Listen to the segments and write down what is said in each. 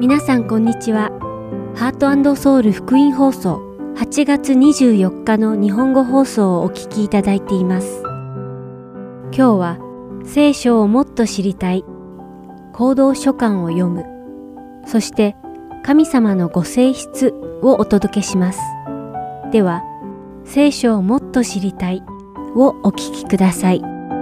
皆さんこんにちは。ハート&ソウル福音放送8月24日の日本語放送をお聞きいただいています。今日は聖書をもっと知りたい、行動書簡を読む、そして神様のご性質をお届けします。では、聖書をもっと知りたいをお聞きください。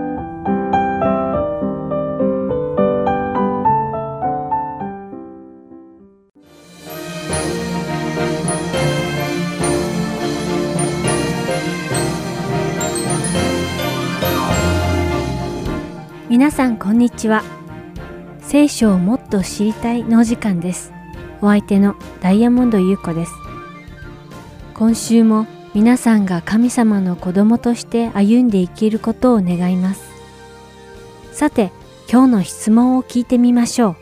皆さんこんにちは。聖書をもっと知りたいのお時間です。お相手のダイヤモンド優子です。今週も皆さんが神様の子供として歩んでいけることを願います。さて、今日の質問を聞いてみましょう。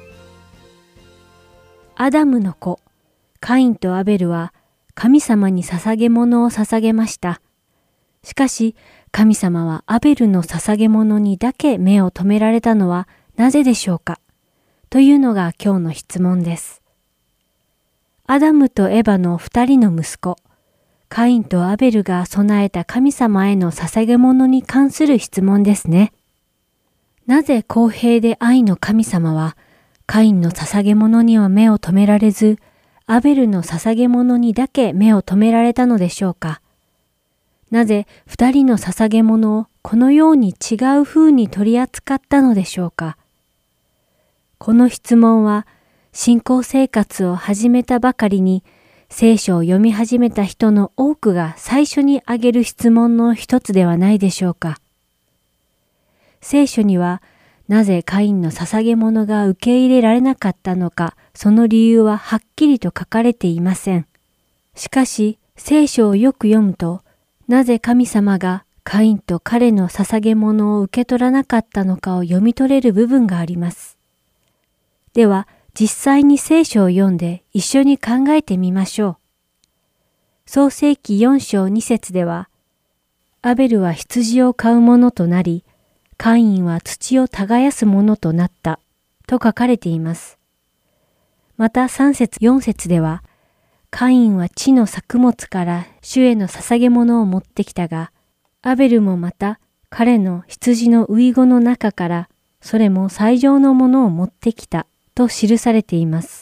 アダムの子、カインとアベルは神様に捧げ物を捧げました。しかし、神様はアベルの捧げ物にだけ目を留められたのはなぜでしょうかというのが今日の質問です。アダムとエバの2人の息子、カインとアベルが備えた神様への捧げ物に関する質問ですね。なぜ公平で愛の神様はカインの捧げ物には目を留められず、アベルの捧げ物にだけ目を留められたのでしょうか。なぜ二人の捧げ物をこのように違う風に取り扱ったのでしょうか。この質問は信仰生活を始めたばかりに聖書を読み始めた人の多くが最初に挙げる質問の一つではないでしょうか。聖書にはなぜカインの捧げ物が受け入れられなかったのか、その理由ははっきりと書かれていません。しかし聖書をよく読むと、なぜ神様がカインと彼の捧げ物を受け取らなかったのかを読み取れる部分があります。では、実際に聖書を読んで一緒に考えてみましょう。創世記4章2節では、アベルは羊を飼う者となり、カインは土を耕す者となったと書かれています。また3節4節では、カインは地の作物から主への捧げ物を持ってきたが、アベルもまた彼の羊の遺語の中からそれも最上のものを持ってきたと記されています。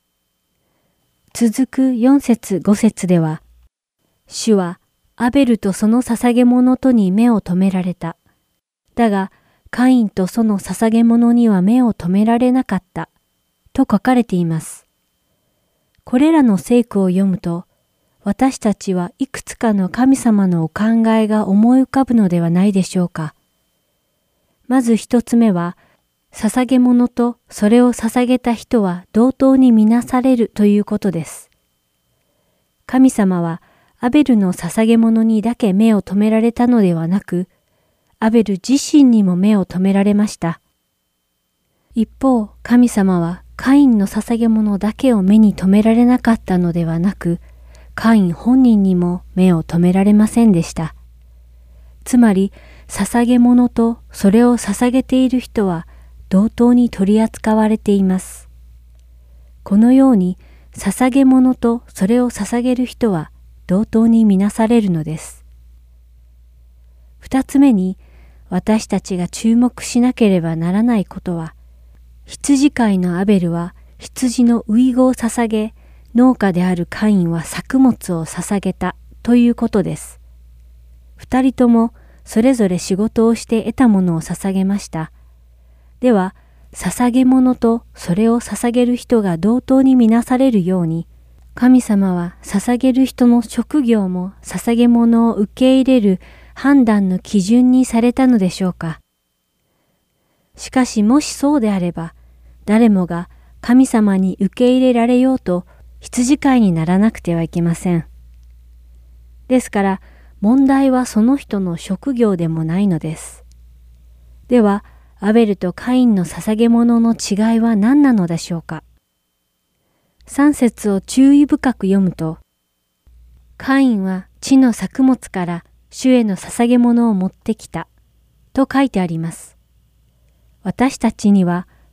続く4節5節では、主はアベルとその捧げ物とに目を留められた。だがカインとその捧げ物には目を留められなかったと書かれています。これらの聖句を読むと、私たちはいくつかの神様のお考えが思い浮かぶのではないでしょうか。まず一つ目は、捧げ物とそれを捧げた人は同等にみなされるということです。神様はアベルの捧げ物にだけ目を留められたのではなく、アベル自身にも目を留められました。一方、神様はカインの捧げ物だけを目に留められなかったのではなく、カイン本人にも目を留められませんでした。つまり、捧げ物とそれを捧げている人は同等に取り扱われています。このように、捧げ物とそれを捧げる人は同等にみなされるのです。二つ目に、私たちが注目しなければならないことは、羊飼いのアベルは羊の遺語を捧げ、農家であるカインは作物を捧げたということです。二人ともそれぞれ仕事をして得たものを捧げました。では、捧げ物とそれを捧げる人が同等にみなされるように、神様は捧げる人の職業も捧げ物を受け入れる判断の基準にされたのでしょうか。しかしもしそうであれば、誰もが神様に受け入れられようと羊飼いにならなくてはいけません。ですから問題はその人の職業でもないのです。では、アベルとカインの捧げ物の違いは何なのでしょうか。3節を注意深く読むと、カインは地の作物から主への捧げ物を持ってきたと書いてあります。私たちには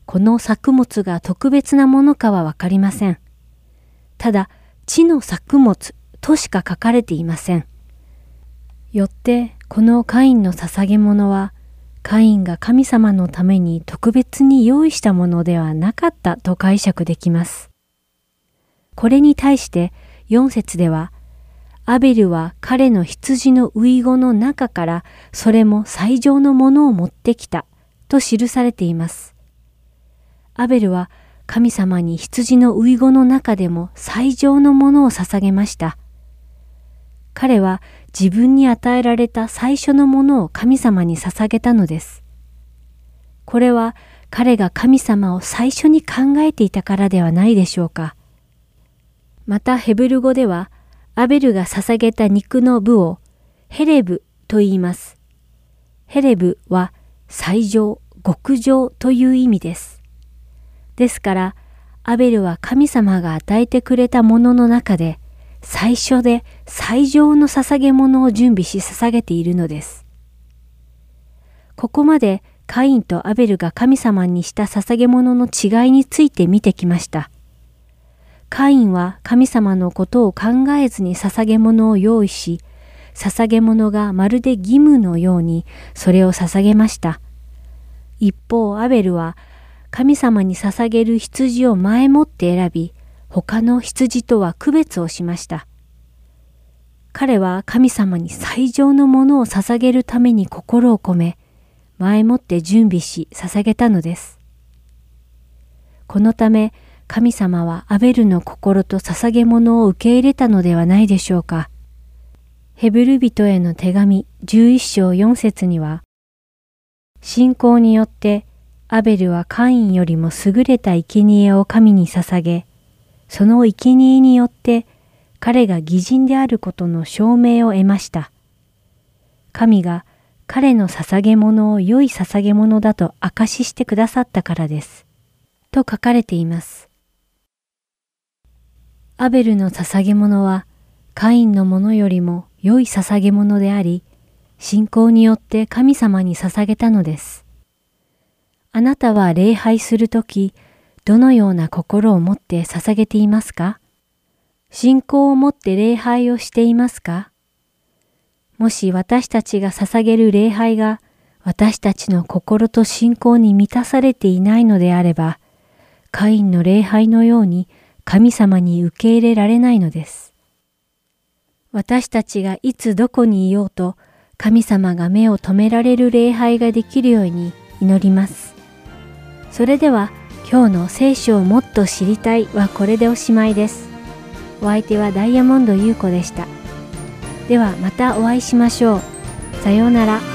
この作物が特別なものかはわかりません。ただ、地の作物としか書かれていません。よって、このカインの捧げ物は、カインが神様のために特別に用意したものではなかったと解釈できます。これに対して4節では、アベルは彼の羊の遺語の中からそれも最上のものを持ってきたと記されています。アベルは神様に羊の遺語の中でも最上のものを捧げました。彼は自分に与えられた最初のものを神様に捧げたのです。これは彼が神様を最初に考えていたからではないでしょうか。またヘブル語ではアベルが捧げた肉の部をヘレブと言います。ヘレブは最上、極上という意味です。ですから、アベルは神様が与えてくれたものの中で、最初で最上の捧げ物を準備し捧げているのです。ここまでカインとアベルが神様にした捧げ物の違いについて見てきました。カインは神様のことを考えずに捧げ物を用意し、捧げ物がまるで義務のようにそれを捧げました。一方、アベルは神様に捧げる羊を前もって選び、他の羊とは区別をしました。彼は神様に最上のものを捧げるために心を込め、前もって準備し捧げたのです。このため、神様はアベルの心と捧げ物を受け入れたのではないでしょうか。ヘブル人への手紙11章4節には、信仰によってアベルはカインよりも優れた生贄を神に捧げ、その生贄によって彼が義人であることの証明を得ました。神が彼の捧げ物を良い捧げ物だと証ししてくださったからです。と書かれています。アベルの捧げ物はカインのものよりも良い捧げ物であり、信仰によって神様に捧げたのです。あなたは礼拝するとき、どのような心を持って捧げていますか？信仰を持って礼拝をしていますか？もし私たちが捧げる礼拝が私たちの心と信仰に満たされていないのであれば、カインの礼拝のように神様に受け入れられないのです。私たちがいつどこにいようと、神様が目を留められる礼拝ができるように祈ります。それでは、今日の聖書をもっと知りたいはこれでおしまいです。お相手はダイヤモンド優子でした。ではまたお会いしましょう。さようなら。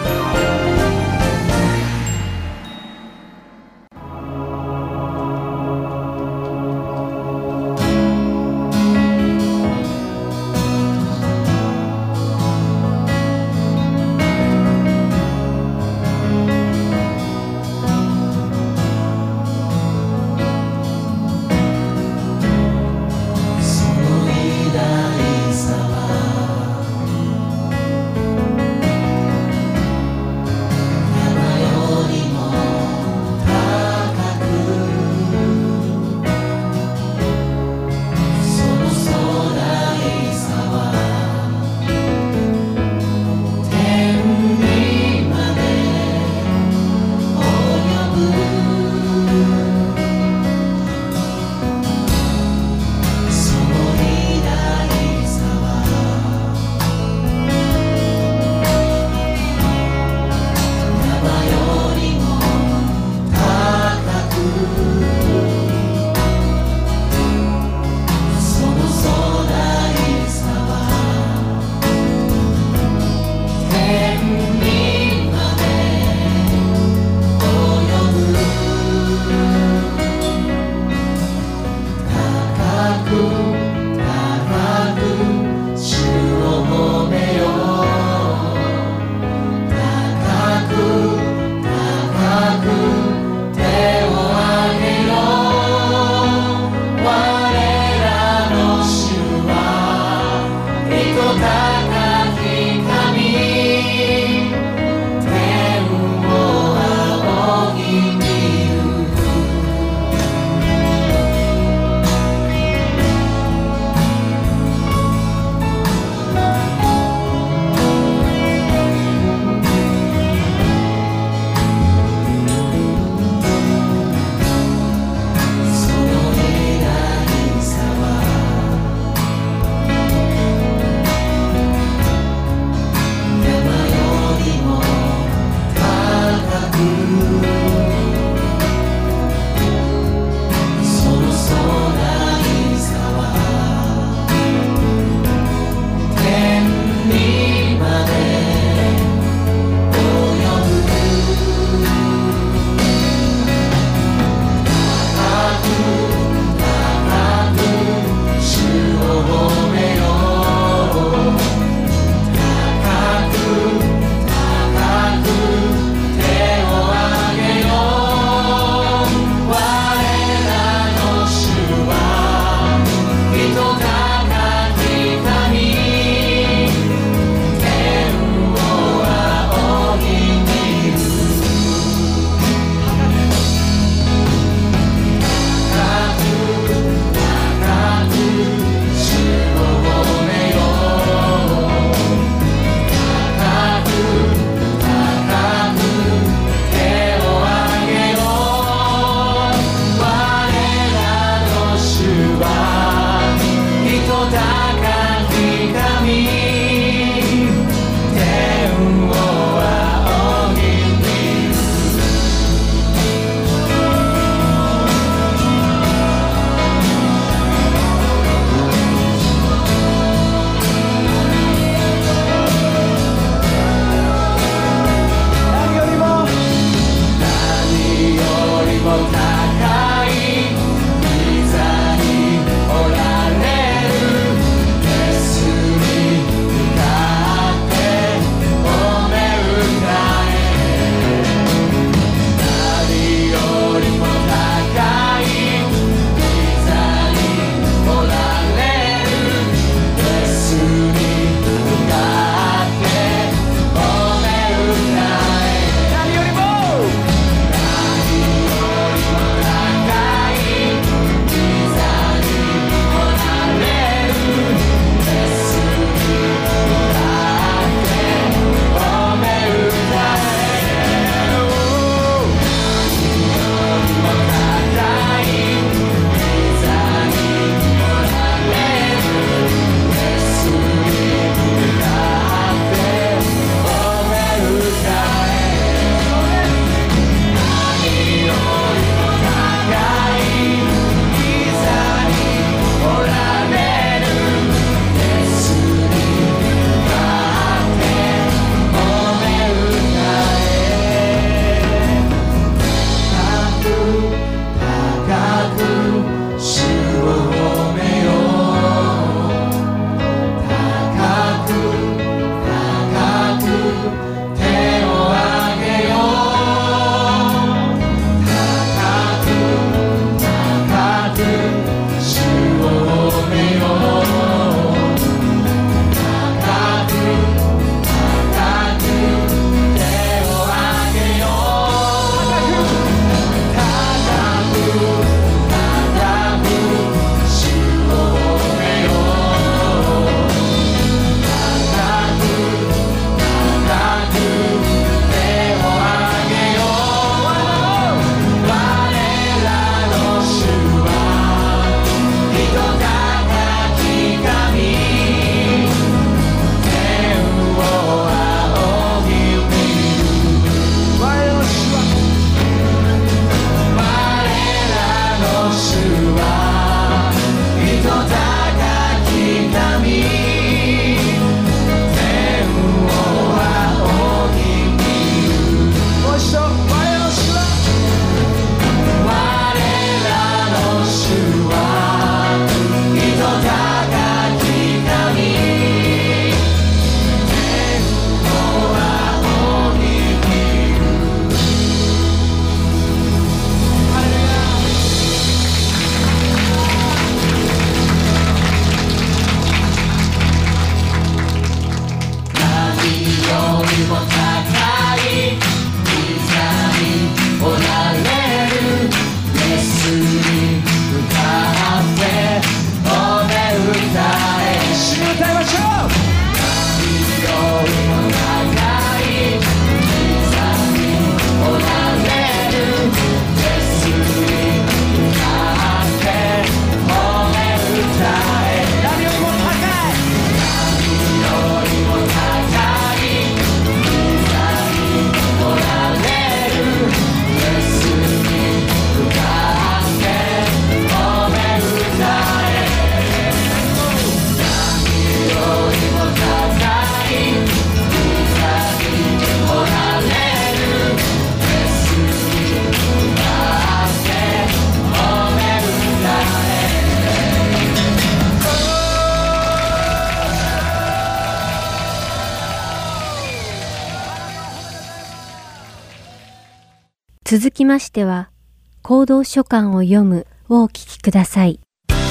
続きましては、行動書簡を読むをお聞きください。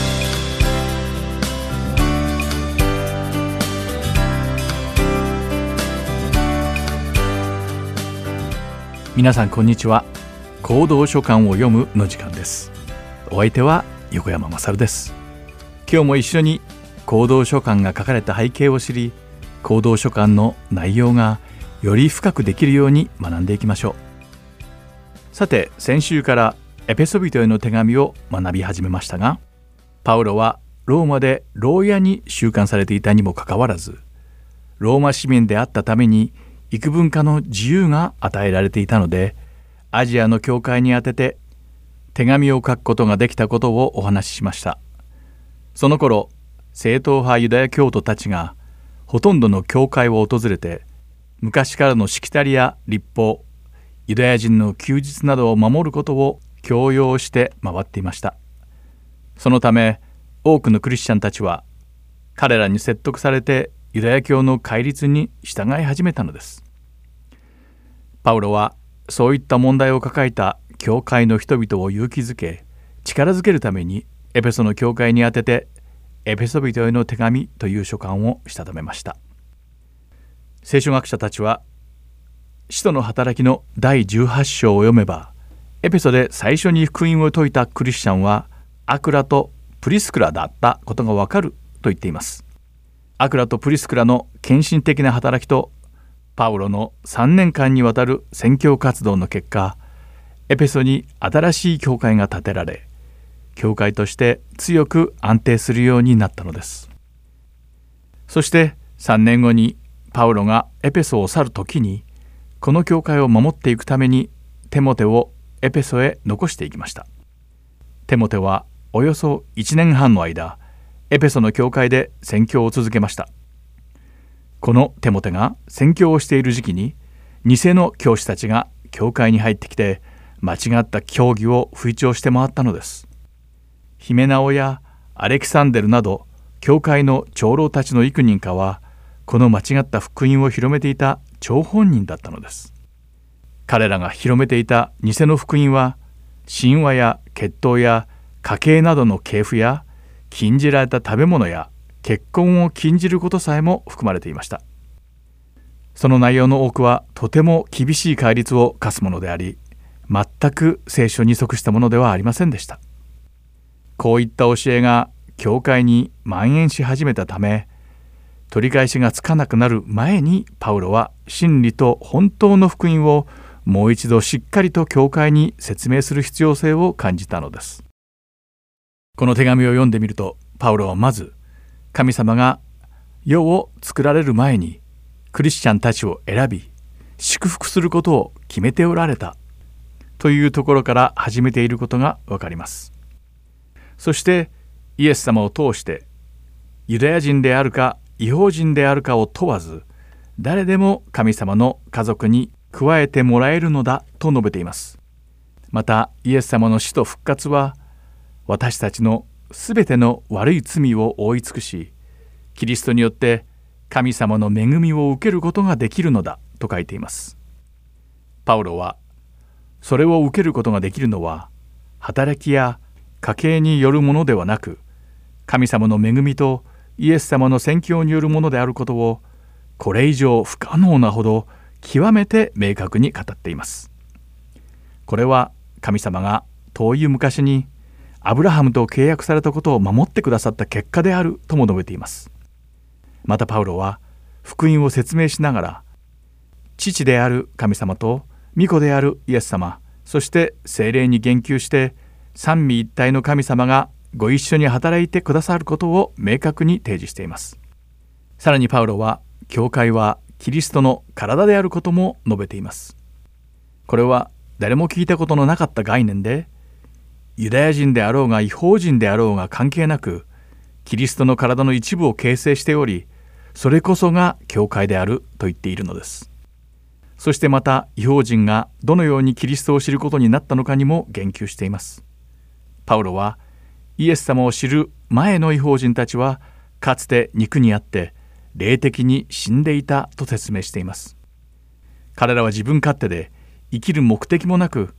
皆さんこんにちは。行動書簡を読むの時間です。お相手は横山まさるです。今日も一緒に行動書簡が書かれた背景を知り、行動書簡の内容がより深くできるように学んでいきましょう。さて、先週からエペソビトへの手紙を学び始めましたが、パウロはローマで牢屋に収監されていたにもかかわらず、ローマ市民であったために幾分かの自由が与えられていたので、アジアの教会に宛てて手紙を書くことができたことをお話ししました。その頃、正統派ユダヤ教徒たちがほとんどの教会を訪れて、昔からのしきたりや律法、ユダヤ人の休日などを守ることを強要して回っていました。そのため、多くのクリスチャンたちは彼らに説得されてユダヤ教の戒律に従い始めたのです。パウロはそういった問題を抱えた教会の人々を勇気づけ、力づけるためにエペソの教会に宛ててエペソビトへの手紙という書簡をしたためました。聖書学者たちは使徒の働きの第18章を読めば、エペソで最初に福音を説いたクリスチャンはアクラとプリスクラだったことがわかると言っています。アクラとプリスクラの献身的な働きとパウロの3年間にわたる宣教活動の結果、エペソに新しい教会が建てられ、教会として強く安定するようになったのです。そして3年後にパウロがエペソを去る時に、この教会を守っていくためにテモテをエペソへ残していきました。テモテはおよそ1年半の間、エペソの教会で宣教を続けました。このテモテが宣教をしている時期に、偽の教師たちが教会に入ってきて、間違った教義を吹聴して回ったのです。ヒメナオやアレキサンデルなど、教会の長老たちの幾人かは、この間違った福音を広めていた張本人だったのです。彼らが広めていた偽の福音は、神話や血統や家系などの系譜や、禁じられた食べ物や結婚を禁じることさえも含まれていました。その内容の多くはとても厳しい戒律を課すものであり、全く聖書に即したものではありませんでした。こういった教えが教会に蔓延し始めたため、取り返しがつかなくなる前にパウロは真理と本当の福音をもう一度しっかりと教会に説明する必要性を感じたのです。この手紙を読んでみると、パウロはまず神様が世を作られる前にクリスチャンたちを選び祝福することを決めておられたというところから始めていることがわかります。そしてイエス様を通してユダヤ人であるか異邦人であるかを問わず、誰でも神様の家族に加えてもらえるのだと述べています。またイエス様の死と復活は私たちのすべての悪い罪を覆い尽くし、キリストによって神様の恵みを受けることができるのだと書いています。パウロは、それを受けることができるのは、働きや家計によるものではなく、神様の恵みとイエス様の宣教によるものであることを、これ以上不可能なほど極めて明確に語っています。これは神様が遠い昔にアブラハムと契約されたことを守ってくださった結果であるとも述べています。またパウロは福音を説明しながら、父である神様と御子であるイエス様、そして聖霊に言及して三位一体の神様がご一緒に働いてくださることを明確に提示しています。さらにパウロは、教会はキリストの体であることも述べています。これは誰も聞いたことのなかった概念で、ユダヤ人であろうが異邦人であろうが関係なく、キリストの体の一部を形成しており、それこそが教会であると言っているのです。そしてまた異邦人がどのようにキリストを知ることになったのかにも言及しています。パウロは、イエス様を知る前の異邦人たちはかつて肉にあって霊的に死んでいたと説明しています。彼らは自分勝手で生きる目的もなく、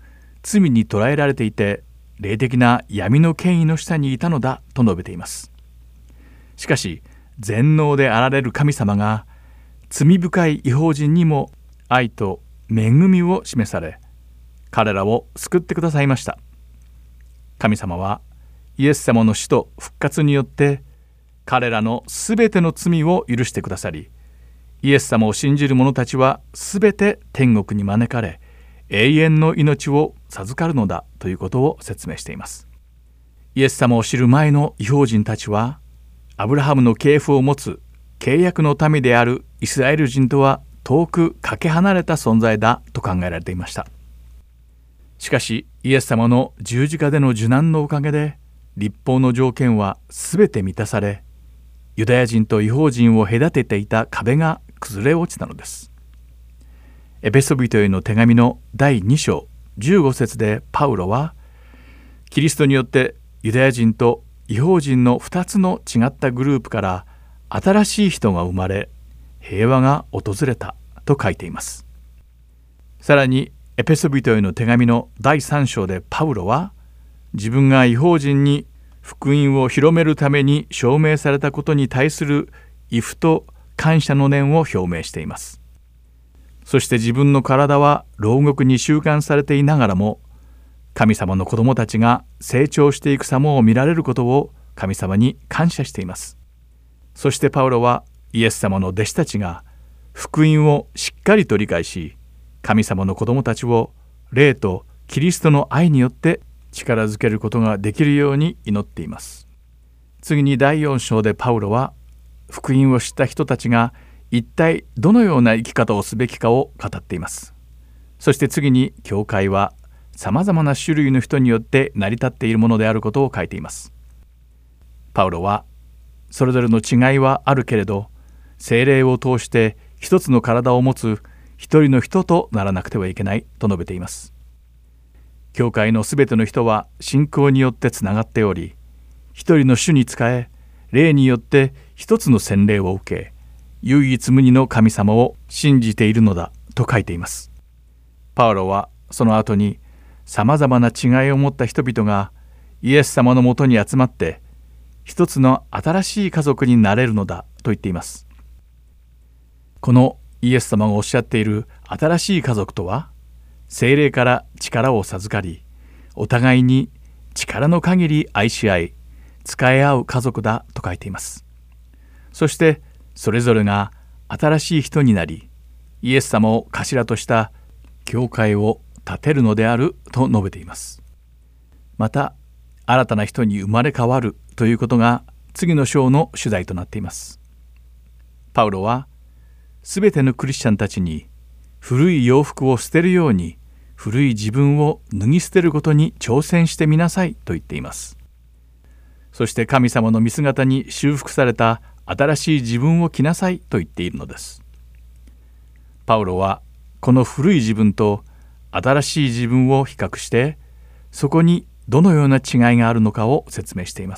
罪に捕らえられていて、霊的な闇の権威の下にいたのだと述べています。しかし、全能であられる神様が、罪深い異邦人にも愛と恵みを示され、彼らを救ってくださいました。神様はイエス様の死と復活によって彼らのすべての罪を許してくださり、イエス様を信じる者たちはすべて天国に招かれ、永遠の命を授かるのだということを説明しています。イエス様を知る前の異邦人たちは、アブラハムの系譜を持つ契約の民であるイスラエル人とは遠くかけ離れた存在だと考えられていました。しかしイエス様の十字架での受難のおかげで、律法の条件はすべて満たされ、ユダヤ人と異邦人を隔てていた壁が崩れ落ちたのです。エペソビトへの手紙の第2章15節でパウロは、キリストによってユダヤ人と異邦人の2つの違ったグループから新しい人が生まれ、平和が訪れたと書いています。さらにエペソビトへの手紙の第3章でパウロは、自分が異邦人に福音を広めるために証明されたことに対する畏怖と感謝の念を表明しています。そして自分の体は牢獄に収監されていながらも、神様の子供たちが成長していく様を見られることを神様に感謝しています。そしてパウロは、イエス様の弟子たちが福音をしっかりと理解し、神様の子供たちを霊とキリストの愛によって力づけることができるように祈っています。次に第4章でパウロは、福音を知った人たちが一体どのような生き方をすべきかを語っています。そして次に、教会はさまざまな種類の人によって成り立っているものであることを書いています。パウロは、それぞれの違いはあるけれど、聖霊を通して一つの体を持つ一人の人とならなくてはいけないと述べています。教会のすべての人は信仰によってつながっており、一人の主に仕え、霊によって一つの洗礼を受け、唯一無二の神様を信じているのだと書いています。パウロはその後に、さまざまな違いを持った人々がイエス様のもとに集まって、一つの新しい家族になれるのだと言っています。このイエス様がおっしゃっている新しい家族とは、聖霊から力を授かり、お互いに力の限り愛し合い、仕え合う家族だと書いています。そしてそれぞれが新しい人になり、イエス様を頭とした教会を建てるのであると述べています。また、新たな人に生まれ変わるということが次の章の主題となっています。パウロは、すべてのクリスチャンたちに古い洋服を捨てるように、古い自分を脱ぎ捨てることに挑戦してみなさいと言っています。そして神様の見姿に修復された新しい自分を着なさいと言っているのです。パウロはこの古い自分と新しい自分を比較して、そこにどのような違いがあるのかを説明しています。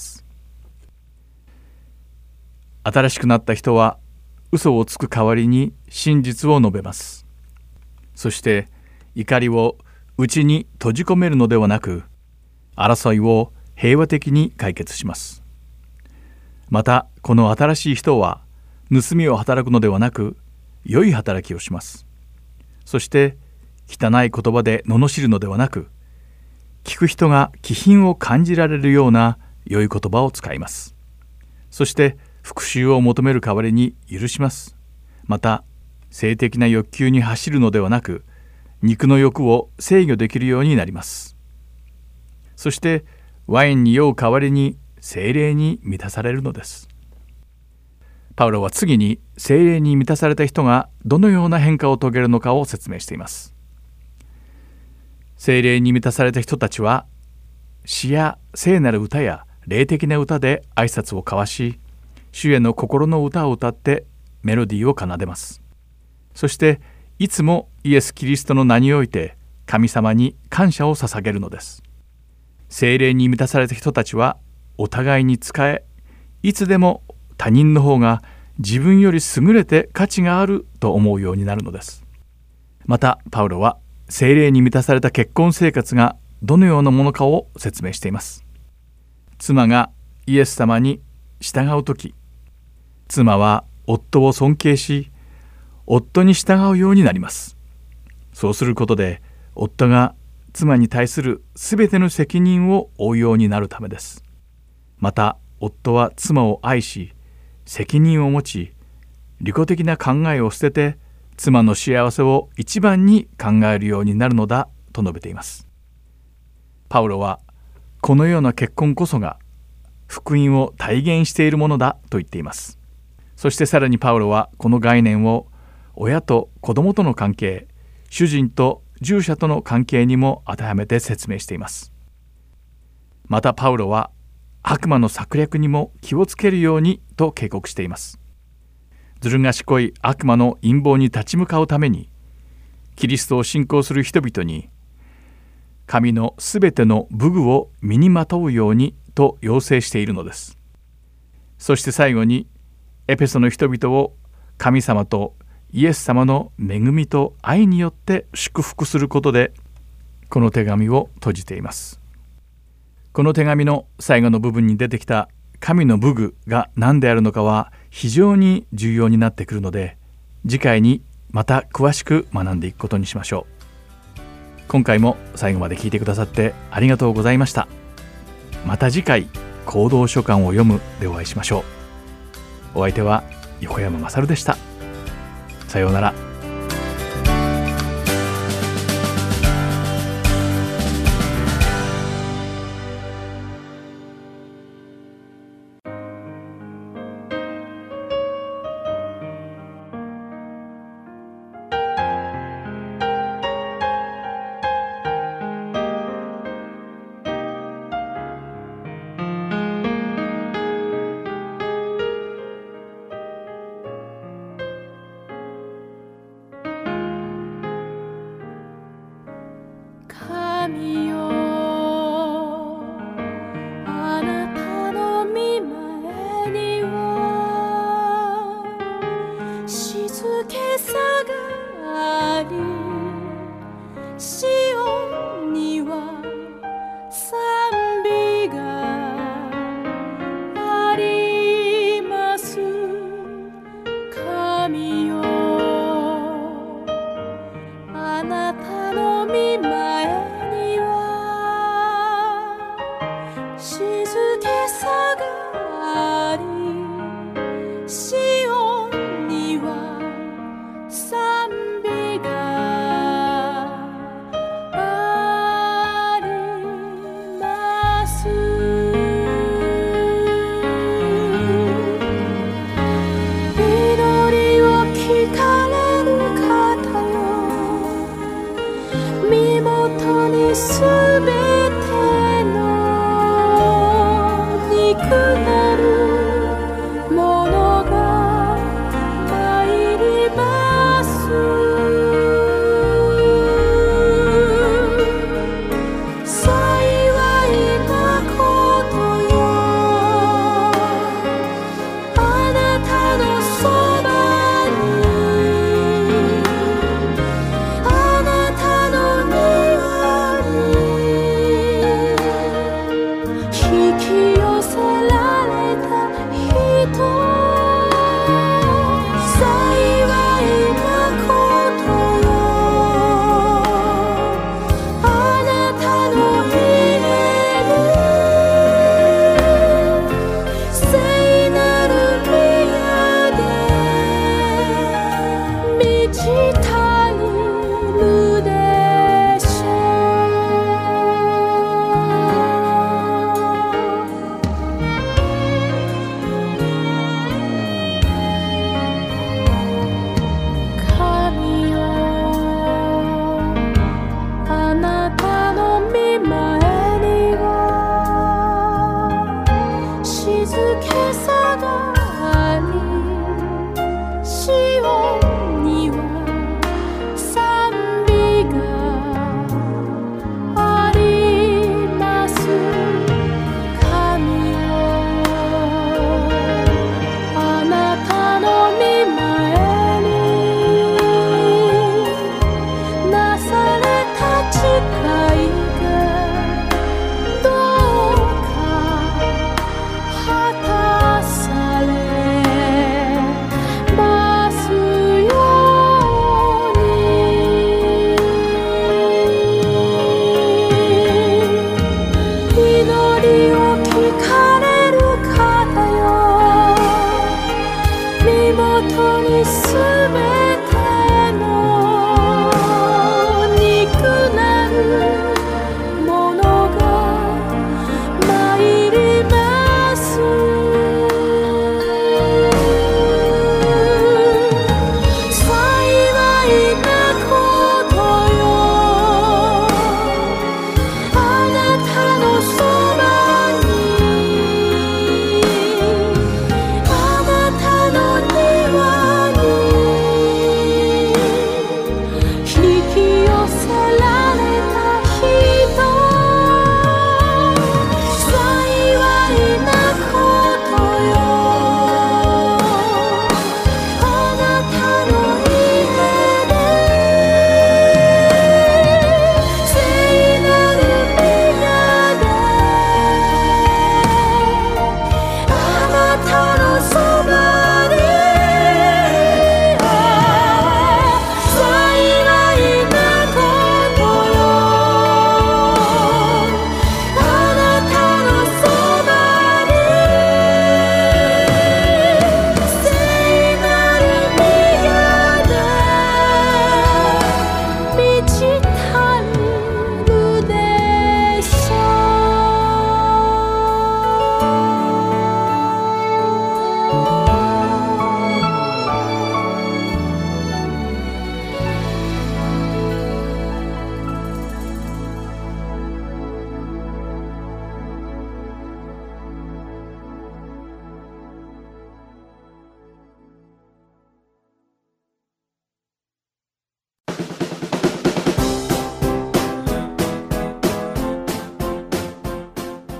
新しくなった人は嘘をつく代わりに真実を述べます。そして怒りを内に閉じ込めるのではなく、争いを平和的に解決します。また、この新しい人は盗みを働くのではなく、良い働きをします。そして汚い言葉で罵るのではなく、聞く人が気品を感じられるような良い言葉を使います。そして復讐を求める代わりに許します。また、性的な欲求に走るのではなく、肉の欲を制御できるようになります。そしてワインに酔う代わりに聖霊に満たされるのです。パウロは次に聖霊に満たされた人がどのような変化を遂げるのかを説明しています。聖霊に満たされた人たちは、詩や聖なる歌や霊的な歌で挨拶を交わし、主への心の歌を歌ってメロディーを奏でます。そしていつもイエス・キリストの名において神様に感謝を捧げるのです。聖霊に満たされた人たちはお互いに仕え、いつでも他人の方が自分より優れて価値があると思うようになるのです。またパウロは聖霊に満たされた結婚生活がどのようなものかを説明しています。妻がイエス様に従うとき、妻は夫を尊敬し、夫に従うようになります。そうすることで、夫が妻に対するすべての責任を負うようになるためです。また、夫は妻を愛し、責任を持ち、利己的な考えを捨てて、妻の幸せを一番に考えるようになるのだと述べています。パウロは、このような結婚こそが福音を体現しているものだと言っています。そしてさらにパウロはこの概念を親と子供との関係、主人と従者との関係にも当てはめて説明しています。またパウロは悪魔の策略にも気をつけるようにと警告しています。ずる賢い悪魔の陰謀に立ち向かうために、キリストを信仰する人々に神のすべての武具を身にまとうようにと要請しているのです。そして最後にエペソの人々を神様とイエス様の恵みと愛によって祝福することでこの手紙を閉じています。この手紙の最後の部分に出てきた神の武具が何であるのかは非常に重要になってくるので、次回にまた詳しく学んでいくことにしましょう。今回も最後まで聞いてくださってありがとうございました。また次回、講道書簡を読むでお会いしましょう。お相手は横山まさるでした。さようなら。 神よ、あなたの御前には静けさがあり、シオンには賛美があります。神よ、あなたの御前には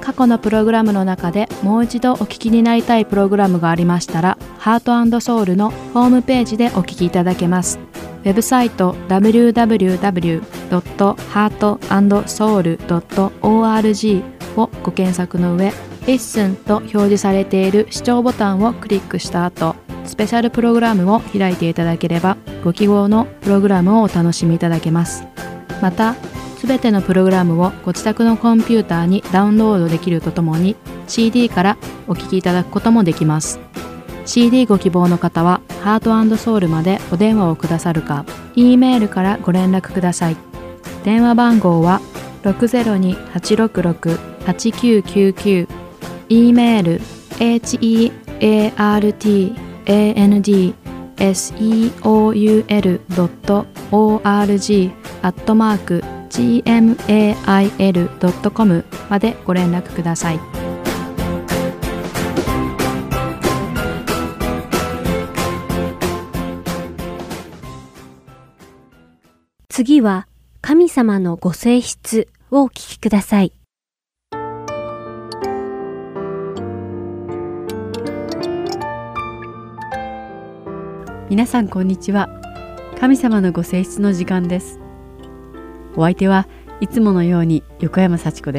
過去のプログラムの中でもう一度お聞きになりたいプログラムがありましたら、ハート&ソウルのホームページでお聞きいただけます。ウェブサイト www.heartandsoul.org をご検索の上、Listen と表示されている視聴ボタンをクリックした後、スペシャルプログラムを開いていただければ、ご記号のプログラムをお楽しみいただけます。また、すべてのプログラムをご自宅のコンピューターにダウンロードできるとともに、CD からお聞きいただくこともできます。CD ご希望の方は、ハート&ソウルまでお電話をくださるか、E メールからご連絡ください。電話番号は 602-866-8999、E メール heartandsoul.org@gmail.com までご連絡ください。 次は神様のご性質をお聞きください。 皆さんこんにちは。神様のご性質の時間です。お相手はいつものように横山幸子です。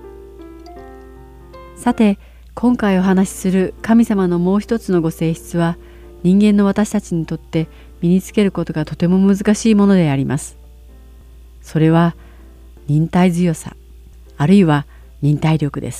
さて、今回お話しする神様のもう一つのご性質は、人間の私たちにとって身につけることがとても難しいものであります。それは忍耐強さ、あるいは忍耐力です。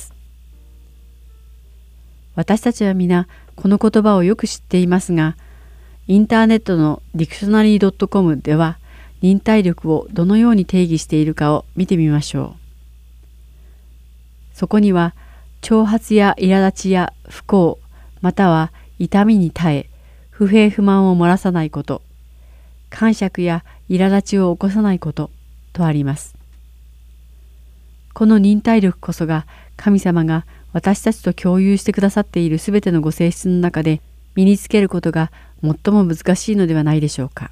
私たちは皆この言葉をよく知っていますが、インターネットのディクショナリー .com では忍耐力をどのように定義しているかを見てみましょう。そこには挑発や苛立ちや不幸、または痛みに耐え、不平不満を漏らさないこと、癇癪や苛立ちを起こさないこととあります。この忍耐力こそが神様が私たちと共有してくださっているすべてのご性質の中で身につけることが最も難しいのではないでしょうか。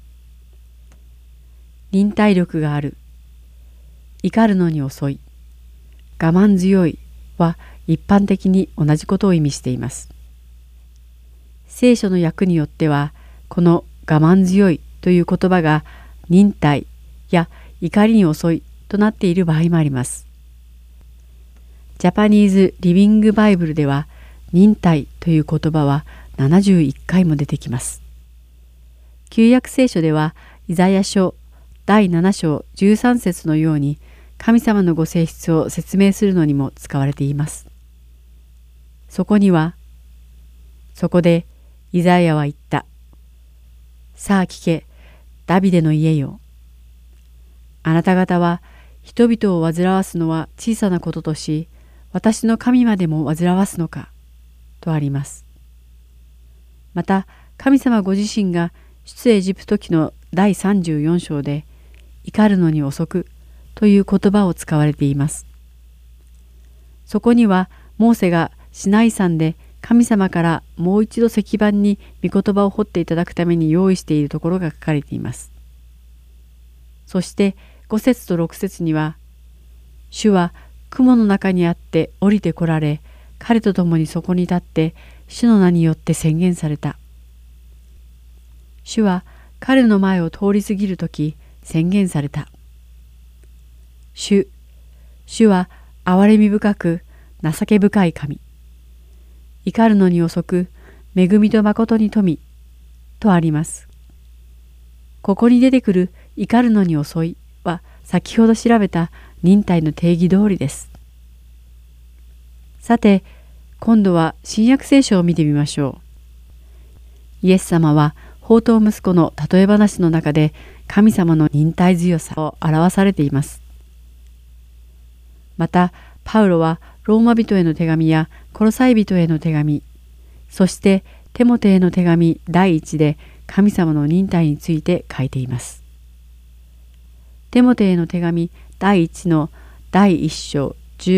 忍耐力がある、怒るのに遅い、我慢強いは一般的に同じことを意味しています。聖書の訳によっては、この我慢強いという言葉が忍耐や怒りに遅いとなっている場合もあります。ジャパニーズ・リビング・バイブルでは忍耐という言葉は71回も出てきます。旧約聖書ではイザヤ書第7章13節のように神様のご性質を説明するのにも使われています。そこには、そこでイザヤは言った。さあ聞け、ダビデの家よ。あなた方は人々を煩わすのは小さなこととし、私の神までも煩わすのか、とあります。また、神様ご自身が出エジプト記の第34章で、怒るのに遅くという言葉を使われています。そこには、モーセがシナイ山で神様からもう一度石板に御言葉を彫っていただくために用意しているところが書かれています。そして5節と6節には、主は雲の中にあって降りてこられ、彼と共にそこに立って主の名によって宣言された。主は彼の前を通り過ぎるとき宣言された。主は憐れみ深く情け深い神。怒るのに遅く、恵みと誠に富とあります。ここに出てくる怒るのに遅いは先ほど調べた忍耐の定義通りです。さて、今度は新約聖書を見てみましょう。イエス様は放蕩息子の例え話の中で神様の忍耐強さを表されています。また、パウロはローマ人への手紙やコロサイ人への手紙、そしてテモテへの手紙第1で神様の忍耐について書いています。テモテへの手紙第1の第1章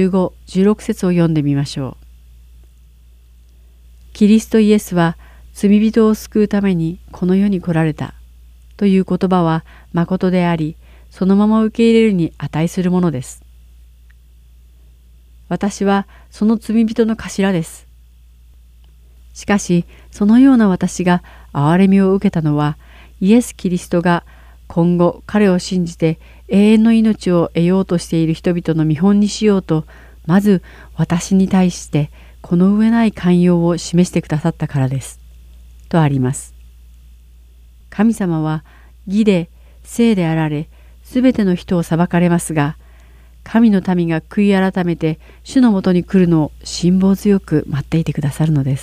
15、16節を読んでみましょう。キリストイエスは罪人を救うためにこの世に来られたという言葉は誠であり、そのまま受け入れるに値するものです。 私はその罪人の頭です。しかし、そのような私が憐れみを受けたのは、イエス・キリストが今後彼を信じて永遠の命を得ようとしている人々の見本にしようと、まず私に対してこの上ない寛容を示してくださったからです。とあります。神様は義で聖であられ、すべての人を裁かれますが、神の民が悔い改めて主のもとに来るのを辛抱強く待っていてくださるのです。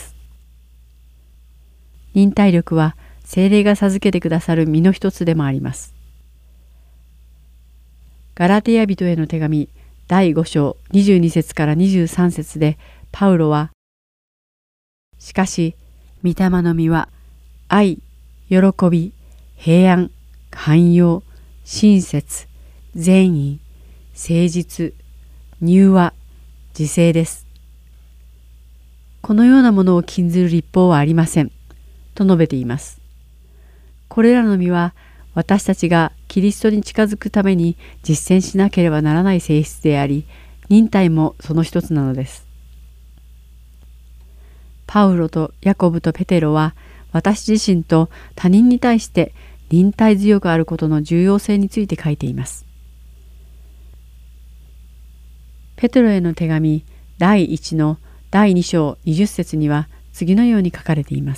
忍耐力は聖霊が授けてくださる身の一つでもあります。ガラテヤ人への手紙第5章22節から23節でパウロは、しかし御霊の実は愛、喜び、平安、寛容、親切、善意、誠実、柔和、自制です。このようなものを禁ずる律法はありません。と述べています。これらの実は私たちがキリストに近づくために実践しなければならない性質であり、忍耐もその一つなのです。パウロとヤコブとペテロは私自身と他人に対して忍耐強くあることの重要性について書いています。ペテロへの手紙第1の第2章20節には次のように書かれています。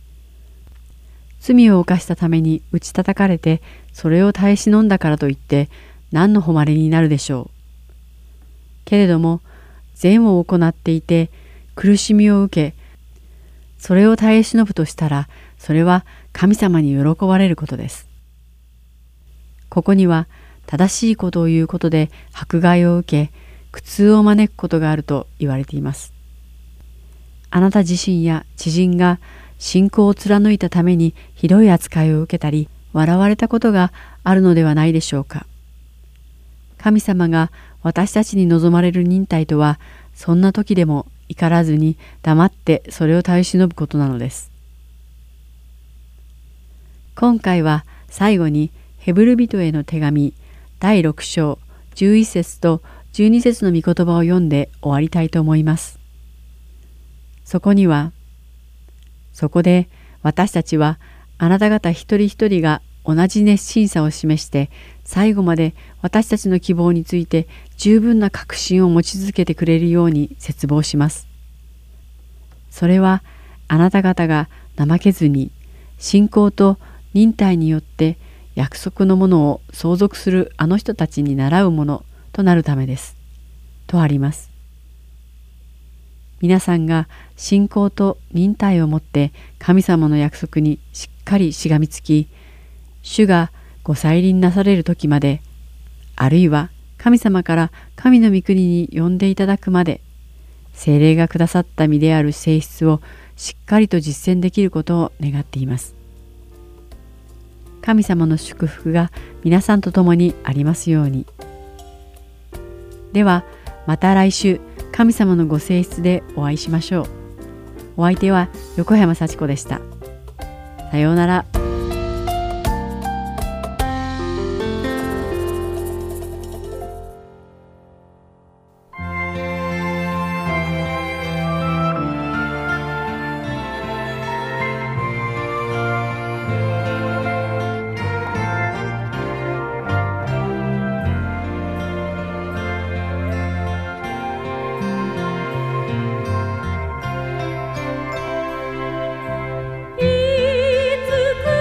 罪を犯したために打ち叩かれて、それを耐え忍んだからといって何の誉れになるでしょう。けれども善を行っていて苦しみを受け、それを耐え忍ぶとしたら、それは神様に喜ばれることです。ここには正しいことを言うことで迫害を受け、苦痛を招くことがあると言われています。あなた自身や知人が信仰を貫いたためにひどい扱いを受けたり、笑われたことがあるのではないでしょうか。神様が私たちに望まれる忍耐とは、そんな時でも怒らずに黙ってそれを耐え忍ぶことなのです。今回は最後にヘブル人への手紙第6章11節と12節の御言葉を読んで終わりたいと思います。そこには、そこで私たちはあなた方一人一人が同じ熱心さを示して最後まで私たちの希望について十分な確信を持ち続けてくれるように切望します。それはあなた方が怠けずに信仰と忍耐によって約束のものを相続するあの人たちに倣うものとなるためです。とあります。皆さんが信仰と忍耐をもって神様の約束にしっかりしがみつき、主がご再臨なされる時まで、あるいは神様から神の御国に呼んでいただくまで、聖霊がくださった身である性質をしっかりと実践できることを願っています。神様の祝福が皆さんと共にありますように。ではまた来週、神様のご性質でお会いしましょう。お相手は横山幸子でした。さようなら。 いつか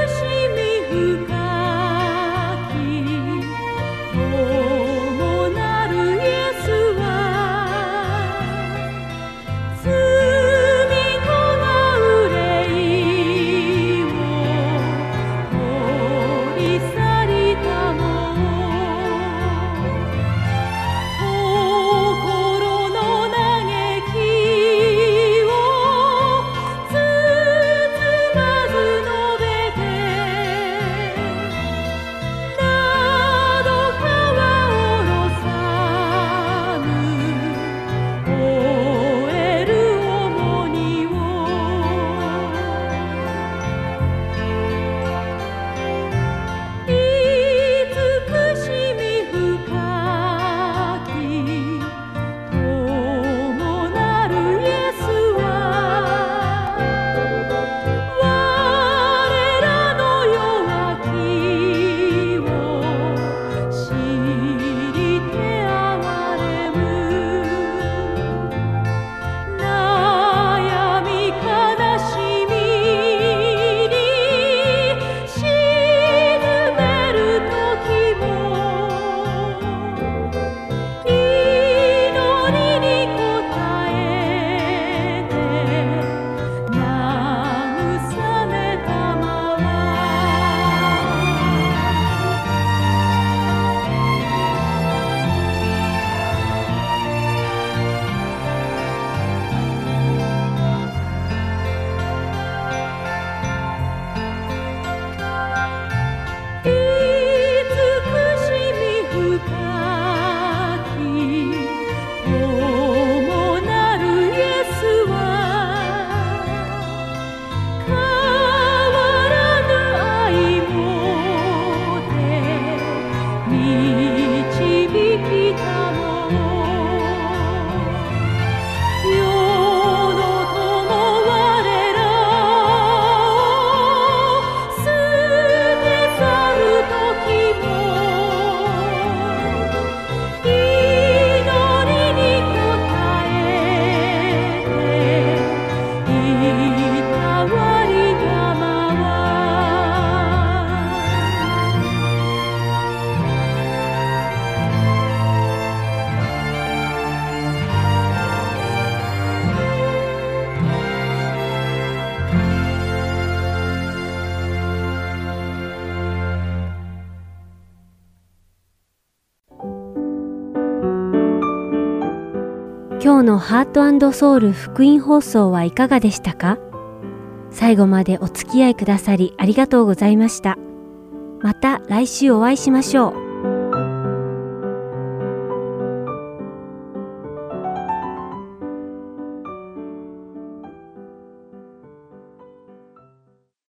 今日のハート&ソウル福音放送はいかがでしたか？最後までお付き合いくださりありがとうございました。また来週お会いしましょう。